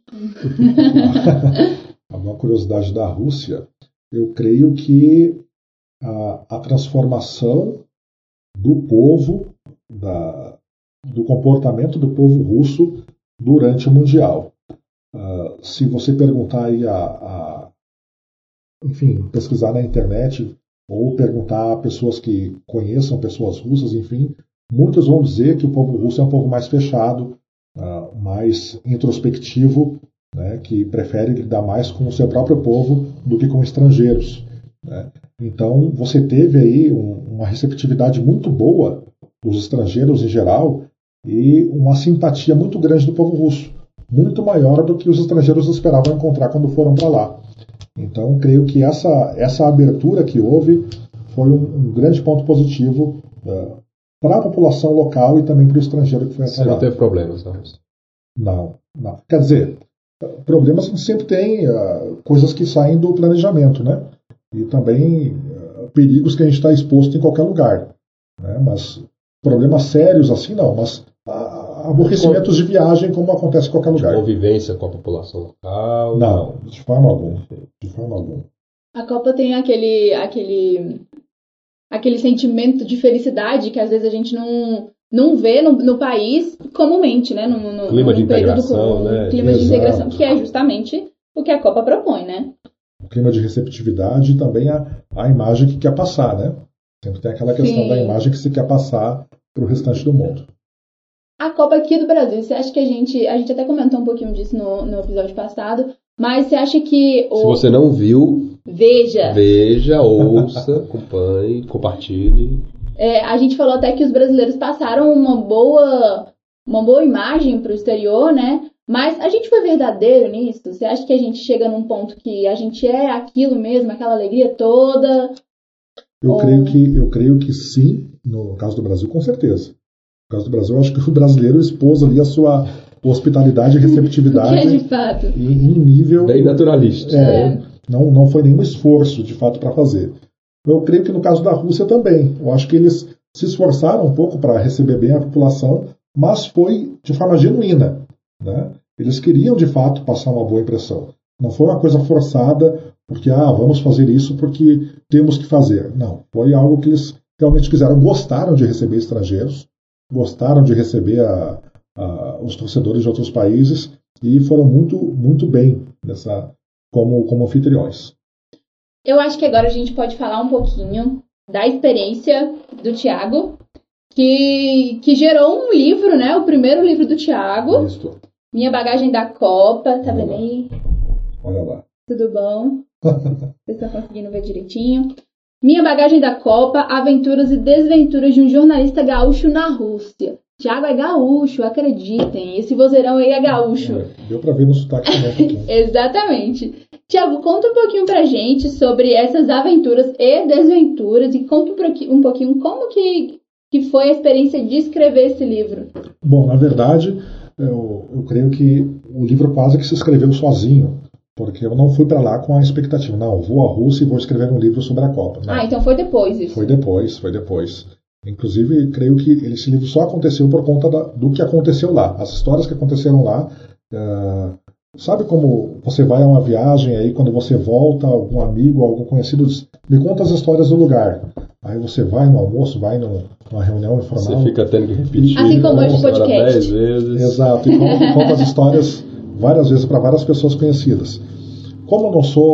Alguma curiosidade da Rússia? Eu creio que a transformação do povo, do comportamento do povo russo durante o Mundial. Se você perguntar aí enfim, pesquisar na internet ou perguntar a pessoas que conheçam pessoas russas, enfim, muitos vão dizer que o povo russo é um povo mais fechado, mais introspectivo, né, que prefere lidar mais com o seu próprio povo do que com estrangeiros, né? Então, você teve aí uma receptividade muito boa dos estrangeiros em geral e uma simpatia muito grande do povo russo, muito maior do que os estrangeiros esperavam encontrar quando foram para lá. Então, creio que essa abertura que houve foi um grande ponto positivo para a população local e também para o estrangeiro que foi até lá. Você não teve problemas, não? Não. Quer dizer, problemas a gente sempre tem, coisas que saem do planejamento, né? E também perigos que a gente está exposto em qualquer lugar, né? Mas problemas sérios assim não, mas aborrecimentos de viagem como acontece em qualquer lugar. Convivência com a população local? Não, de forma alguma. De forma alguma. A Copa tem aquele sentimento de felicidade que às vezes a gente não vê no país comumente, né? No clima de integração, né? Clima de integração, que é justamente o que a Copa propõe, né? O clima de receptividade e também a imagem que quer passar, né? Sempre tem aquela questão da imagem que se quer passar para o restante do mundo. A Copa aqui do Brasil, você acha que a gente até comentou um pouquinho disso no episódio passado, mas você acha que... Se você não viu... Veja, ouça, acompanhe, compartilhe. A gente falou até que os brasileiros passaram uma boa imagem para o exterior, né? Mas a gente foi verdadeiro nisso? Você acha que a gente chega num ponto que a gente é aquilo mesmo, aquela alegria toda? Eu creio que sim, no caso do Brasil, com certeza. No caso do Brasil, eu acho que o brasileiro expôs ali a sua hospitalidade e receptividade que é de fato. Em nível... Bem naturalista. Não foi nenhum esforço, de fato, para fazer. Eu creio que no caso da Rússia também. Eu acho que eles se esforçaram um pouco para receber bem a população, mas foi de forma genuína, né? Eles queriam, de fato, passar uma boa impressão. Não foi uma coisa forçada, porque, vamos fazer isso porque temos que fazer. Não, foi algo que eles realmente quiseram. Gostaram de receber estrangeiros, gostaram de receber os torcedores de outros países e foram muito, muito bem como anfitriões. Eu acho que agora a gente pode falar um pouquinho da experiência do Thiago, que gerou um livro, né? O primeiro livro do Thiago. Isso. Minha Bagagem da Copa. Tá vendo aí? Olha lá. Tudo bom? Vocês estão conseguindo ver direitinho? Minha Bagagem da Copa, Aventuras e Desventuras de um Jornalista Gaúcho na Rússia. Thiago é gaúcho, acreditem. Esse vozeirão aí é gaúcho. Deu pra ver no sotaque também. Exatamente. Thiago, conta um pouquinho pra gente sobre essas aventuras e desventuras e conta um pouquinho como que foi a experiência de escrever esse livro. Bom, na verdade, eu creio que o livro quase que se escreveu sozinho, porque eu não fui para lá com a expectativa, não, vou à Rússia e vou escrever um livro sobre a Copa. Não. Então foi depois isso. Foi depois. Inclusive, creio que esse livro só aconteceu por conta do que aconteceu lá. As histórias que aconteceram lá. Sabe como você vai a uma viagem, aí quando você volta, algum amigo, algum conhecido diz, me conta as histórias do lugar. Aí você vai no almoço, vai numa reunião informal. Você fica tendo que repetir. Assim como este podcast. 10 vezes. Exato, e conta as histórias várias vezes para várias pessoas conhecidas. Como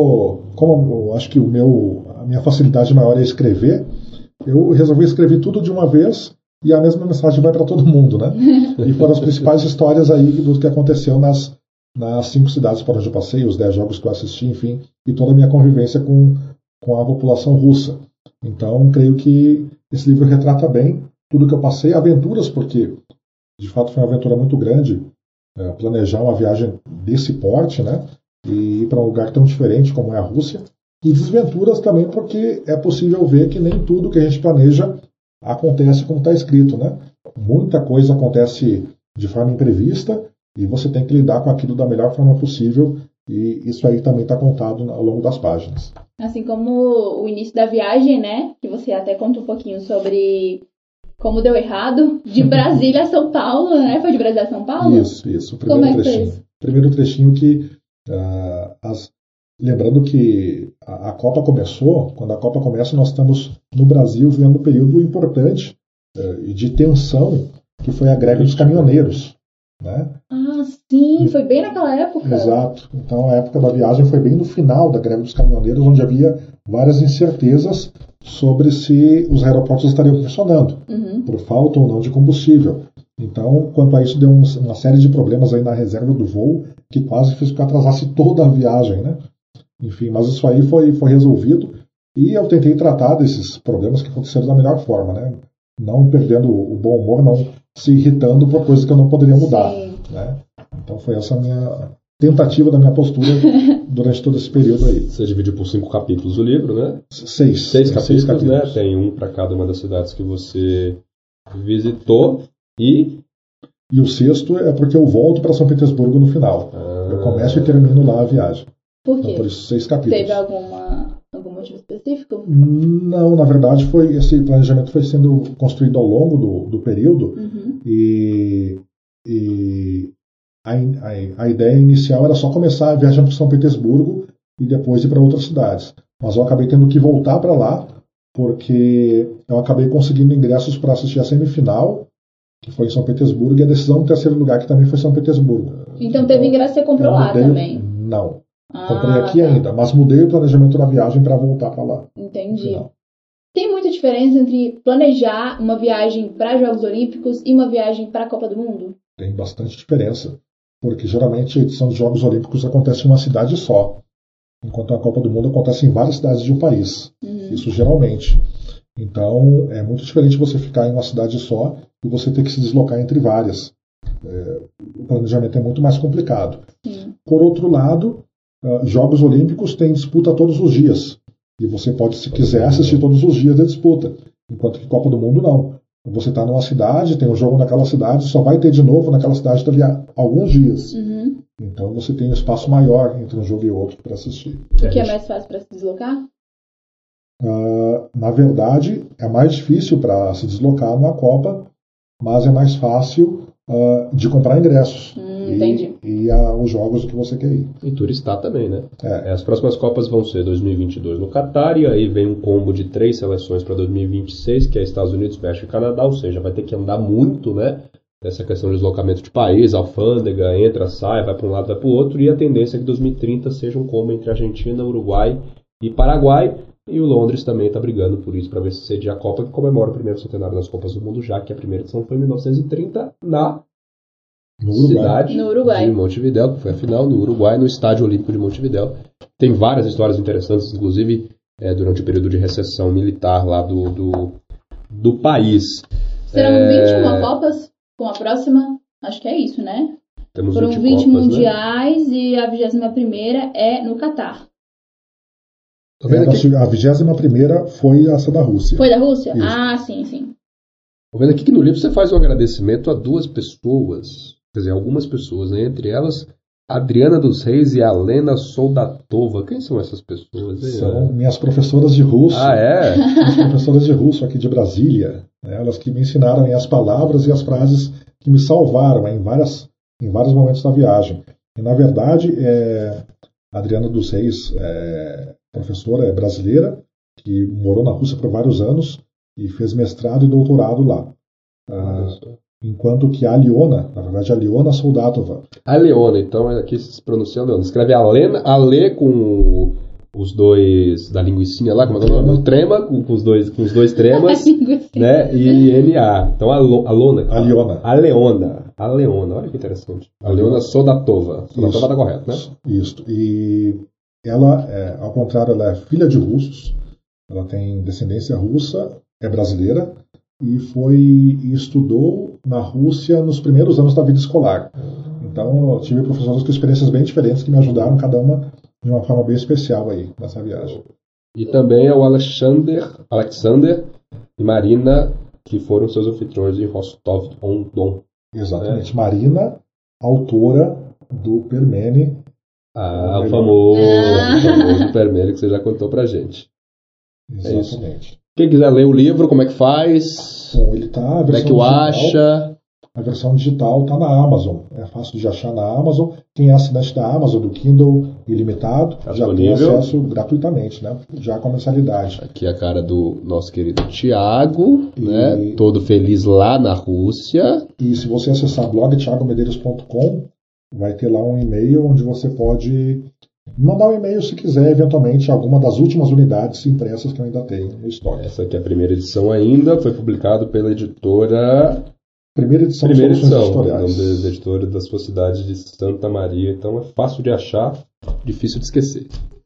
eu acho que a minha facilidade maior é escrever, eu resolvi escrever tudo de uma vez e a mesma mensagem vai para todo mundo, né? E foram as principais histórias aí do que aconteceu nas 5 cidades por onde eu passei, os 10 jogos que eu assisti, enfim, e toda a minha convivência com a população russa. Então, creio que esse livro retrata bem tudo que eu passei, aventuras, porque de fato foi uma aventura muito grande, planejar uma viagem desse porte, né, e ir para um lugar tão diferente como é a Rússia, e desventuras também, porque é possível ver que nem tudo que a gente planeja acontece como está escrito, né? Muita coisa acontece de forma imprevista, e você tem que lidar com aquilo da melhor forma possível, e isso aí também está contado ao longo das páginas. Assim como o início da viagem, né? Que você até conta um pouquinho sobre como deu errado, de Brasília a São Paulo, né? Foi de Brasília a São Paulo? Isso. O primeiro trechinho. Primeiro trechinho que, lembrando que a Copa começou, quando a Copa começa, nós estamos no Brasil vivendo um período importante de tensão, que foi a greve dos caminhoneiros. Né? Ah, sim, foi bem naquela época. Exato. Então a época da viagem foi bem no final da greve dos caminhoneiros, onde havia várias incertezas sobre se os aeroportos estariam funcionando, por falta ou não de combustível. Então, quanto a isso, deu uma série de problemas aí na reserva do voo, que quase fez com que atrasasse toda a viagem, né? Enfim, mas isso aí foi resolvido, e eu tentei tratar desses problemas que aconteceram da melhor forma, né? Não perdendo o bom humor, não se irritando por coisas que eu não poderia mudar. Né? Então foi essa a minha tentativa da minha postura durante todo esse período aí. Você dividiu por 5 capítulos o livro, né? 6 capítulos, né? Tem um para cada uma das cidades que você visitou e o 6º é porque eu volto para São Petersburgo no final. Eu começo e termino lá a viagem. Por quê? Então, por isso 6 capítulos. Teve algum motivo específico? Não, na verdade esse planejamento foi sendo construído ao longo do período e a ideia inicial era só começar a viagem para São Petersburgo e depois ir para outras cidades. Mas eu acabei tendo que voltar para lá porque eu acabei conseguindo ingressos para assistir a semifinal, que foi em São Petersburgo, e a decisão do terceiro lugar, que também foi São Petersburgo. Então teve ingresso que você comprou lá também? Não. Comprei aqui ainda, mas mudei o planejamento da viagem para voltar para lá. Entendi. Tem muita diferença entre planejar uma viagem para Jogos Olímpicos e uma viagem para a Copa do Mundo? Tem bastante diferença, porque geralmente a edição dos Jogos Olímpicos acontece em uma cidade só, enquanto a Copa do Mundo acontece em várias cidades de um país. Isso geralmente. Então é muito diferente você ficar em uma cidade só e você ter que se deslocar entre várias. O planejamento é muito mais complicado. Sim. Por outro lado, Jogos Olímpicos tem disputa todos os dias. E você pode, se quiser, assistir todos os dias da disputa. Enquanto que Copa do Mundo não. Você está numa cidade, tem um jogo naquela cidade, só vai ter de novo naquela cidade dali a alguns dias. Então você tem um espaço maior entre um jogo e outro para assistir. O que é mais fácil para se deslocar? Na verdade, é mais difícil para se deslocar numa Copa, mas é mais fácil de comprar ingressos. Entendi. E aos jogos que você quer ir. E turistar também, né? As próximas Copas vão ser 2022 no Catar, e aí vem um combo de 3 seleções para 2026, que é Estados Unidos, México e Canadá, ou seja, vai ter que andar muito, né? Essa questão de deslocamento de país, alfândega, entra, sai, vai para um lado, vai para o outro, e a tendência é que 2030 seja um combo entre Argentina, Uruguai e Paraguai, e o Londres também está brigando por isso, para ver se cedia a Copa, que comemora o primeiro centenário das Copas do Mundo, já que a primeira edição foi em 1930 no cidade Uruguai. de Montevidéu, que foi a final, no Uruguai, no Estádio Olímpico de Montevidéu. Tem várias histórias interessantes, inclusive durante o período de recessão militar lá do país. Serão 21 Copas com a próxima? Acho que é isso, né? Temos Foram 20 20 Copas, mundiais, né? E a 21ª é no Catar. A 21ª foi essa da Rússia. Foi da Rússia? Isso. Ah, sim. Estou vendo aqui que no livro você faz um agradecimento a 2 pessoas, quer dizer, algumas pessoas, né? Entre elas Adriana dos Reis e Alena Soldatova. Quem são essas pessoas? São minhas professoras de russo. Ah, é? Minhas professoras de russo aqui de Brasília. Né? Elas que me ensinaram as palavras e as frases que me salvaram em vários momentos da viagem. E, na verdade, a Adriana dos Reis professora brasileira, que morou na Rússia por vários anos e fez mestrado e doutorado lá. Enquanto que a Aliona, na verdade, a Aliona Soldatova. A Leona, então aqui se pronuncia Leona. Escreve Ale com os dois da linguicinha lá, como é que é o nome? O trema, com os dois tremas, né? E NA. Então Aliona. A Leona, olha que interessante. A Leona Soldatova. Soldatova tá correto, né? Isso. E ela, ao contrário, ela é filha de russos. Ela tem descendência russa, é brasileira. E estudou na Rússia nos primeiros anos da vida escolar. Então, eu tive professores com experiências bem diferentes que me ajudaram, cada uma de uma forma bem especial aí nessa viagem. E também é o Alexander e Marina, que foram seus anfitriões em Rostov-on-Don. Exatamente. Marina, autora do Permene. O famoso Permene que você já contou pra gente. Exatamente. Quem quiser ler o livro, como é que faz? Bom, ele tá, como é que o acha? A versão digital está na Amazon. É fácil de achar na Amazon. Quem é assinante da Amazon, do Kindle Ilimitado, já tem acesso gratuitamente, né? Já com a mensalidade. Aqui a cara do nosso querido Thiago, né? Todo feliz lá na Rússia. E se você acessar blogthiagomedeiros.com, vai ter lá um e-mail onde você pode mandar um e-mail se quiser, eventualmente, alguma das últimas unidades impressas que eu ainda tenho no estoque. Essa aqui é a primeira edição ainda, foi publicado pela editora... Primeira edição, da editora da sua cidade de Santa Maria. Então é fácil de achar, difícil de esquecer.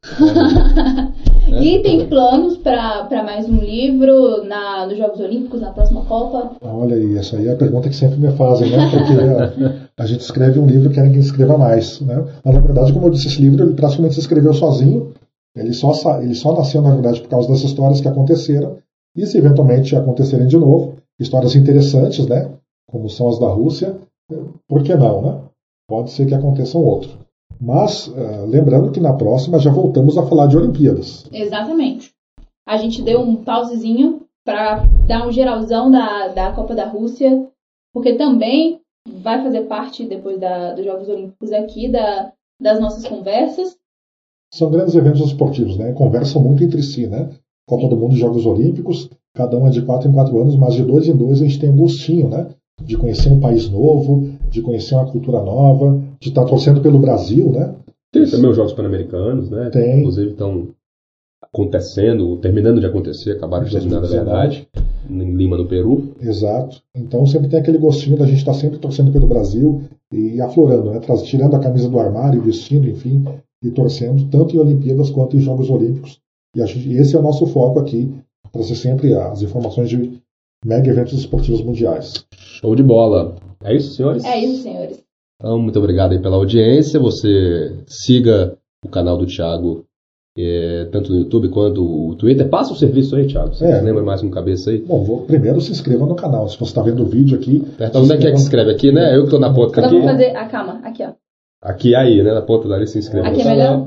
E tem planos para mais um livro nos Jogos Olímpicos, na próxima Copa? Olha aí, essa aí é a pergunta que sempre me fazem, né? Porque a gente escreve um livro e querem que escreva mais, né? Mas na verdade, como eu disse, esse livro ele praticamente se escreveu sozinho. Ele só nasceu, na verdade, por causa das histórias que aconteceram. E se eventualmente acontecerem de novo, histórias interessantes, né? Como são as da Rússia, por que não, né? Pode ser que aconteça um outro. Mas, lembrando que na próxima já voltamos a falar de Olimpíadas. Exatamente. A gente deu um pausezinho para dar um geralzão da Copa da Rússia, porque também vai fazer parte, depois dos Jogos Olímpicos aqui, das nossas conversas. São grandes eventos esportivos, né? Conversam muito entre si, né? Copa do Mundo e Jogos Olímpicos, cada um é de 4 em 4 anos, mas de 2 em 2 a gente tem um gostinho, né? De conhecer um país novo, de conhecer uma cultura nova, de estar torcendo pelo Brasil, né? Tem também os Jogos Pan-Americanos, né? Tem. Inclusive estão acontecendo, terminando de acontecer, acabaram de terminar, na verdade, em Lima, no Peru. Exato. Então sempre tem aquele gostinho da gente estar sempre torcendo pelo Brasil e aflorando, né? Tirando a camisa do armário, vestindo, enfim, e torcendo, tanto em Olimpíadas quanto em Jogos Olímpicos. E esse é o nosso foco aqui, trazer sempre as informações de mega eventos esportivos mundiais. Show de bola. É isso, senhores? É isso, senhores. Então, muito obrigado aí pela audiência. Você siga o canal do Thiago, tanto no YouTube quanto no Twitter. Passa o serviço aí, Thiago. Você lembra mais com cabeça aí? Bom, primeiro se inscreva no canal. Se você está vendo o vídeo aqui... Onde é que se inscreve? Aqui, né? Eu que estou na ponta aqui. Vamos fazer... calma, aqui, ó. Aqui aí, né? Na ponta dali se inscreve. Aqui é melhor?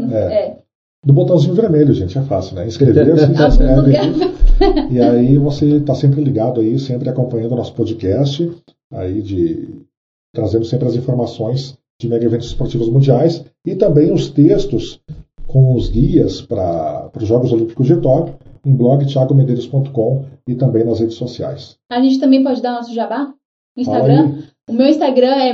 Do botãozinho vermelho, gente, é fácil, né? Inscrever-se, se inscreve aí. E aí você está sempre ligado aí, sempre acompanhando o nosso podcast, aí trazendo sempre as informações de mega eventos esportivos mundiais e também os textos com os guias para os Jogos Olímpicos de Tóquio em blog thiagomedeiros.com e também nas redes sociais. A gente também pode dar nosso jabá? Instagram? O meu Instagram é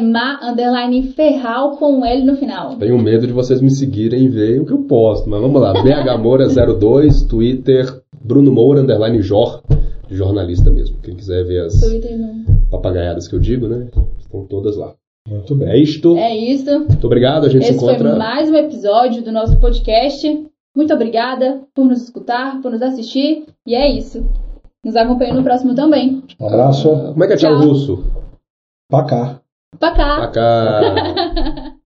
ma_ferral com um L no final. Tenho medo de vocês me seguirem e verem o que eu posto, mas vamos lá. BHMoura02, Twitter, Bruno Moura, _Jor, de jornalista mesmo. Quem quiser ver as papagaiadas que eu digo, né? Estão todas lá. Muito bem. É isto. É isso. Muito obrigado, a gente se encontra... Esse foi mais um episódio do nosso podcast. Muito obrigada por nos escutar, por nos assistir. E é isso. Nos acompanhe no próximo também. Um abraço. Como é que é tchau russo? Пока. Пока. Пока.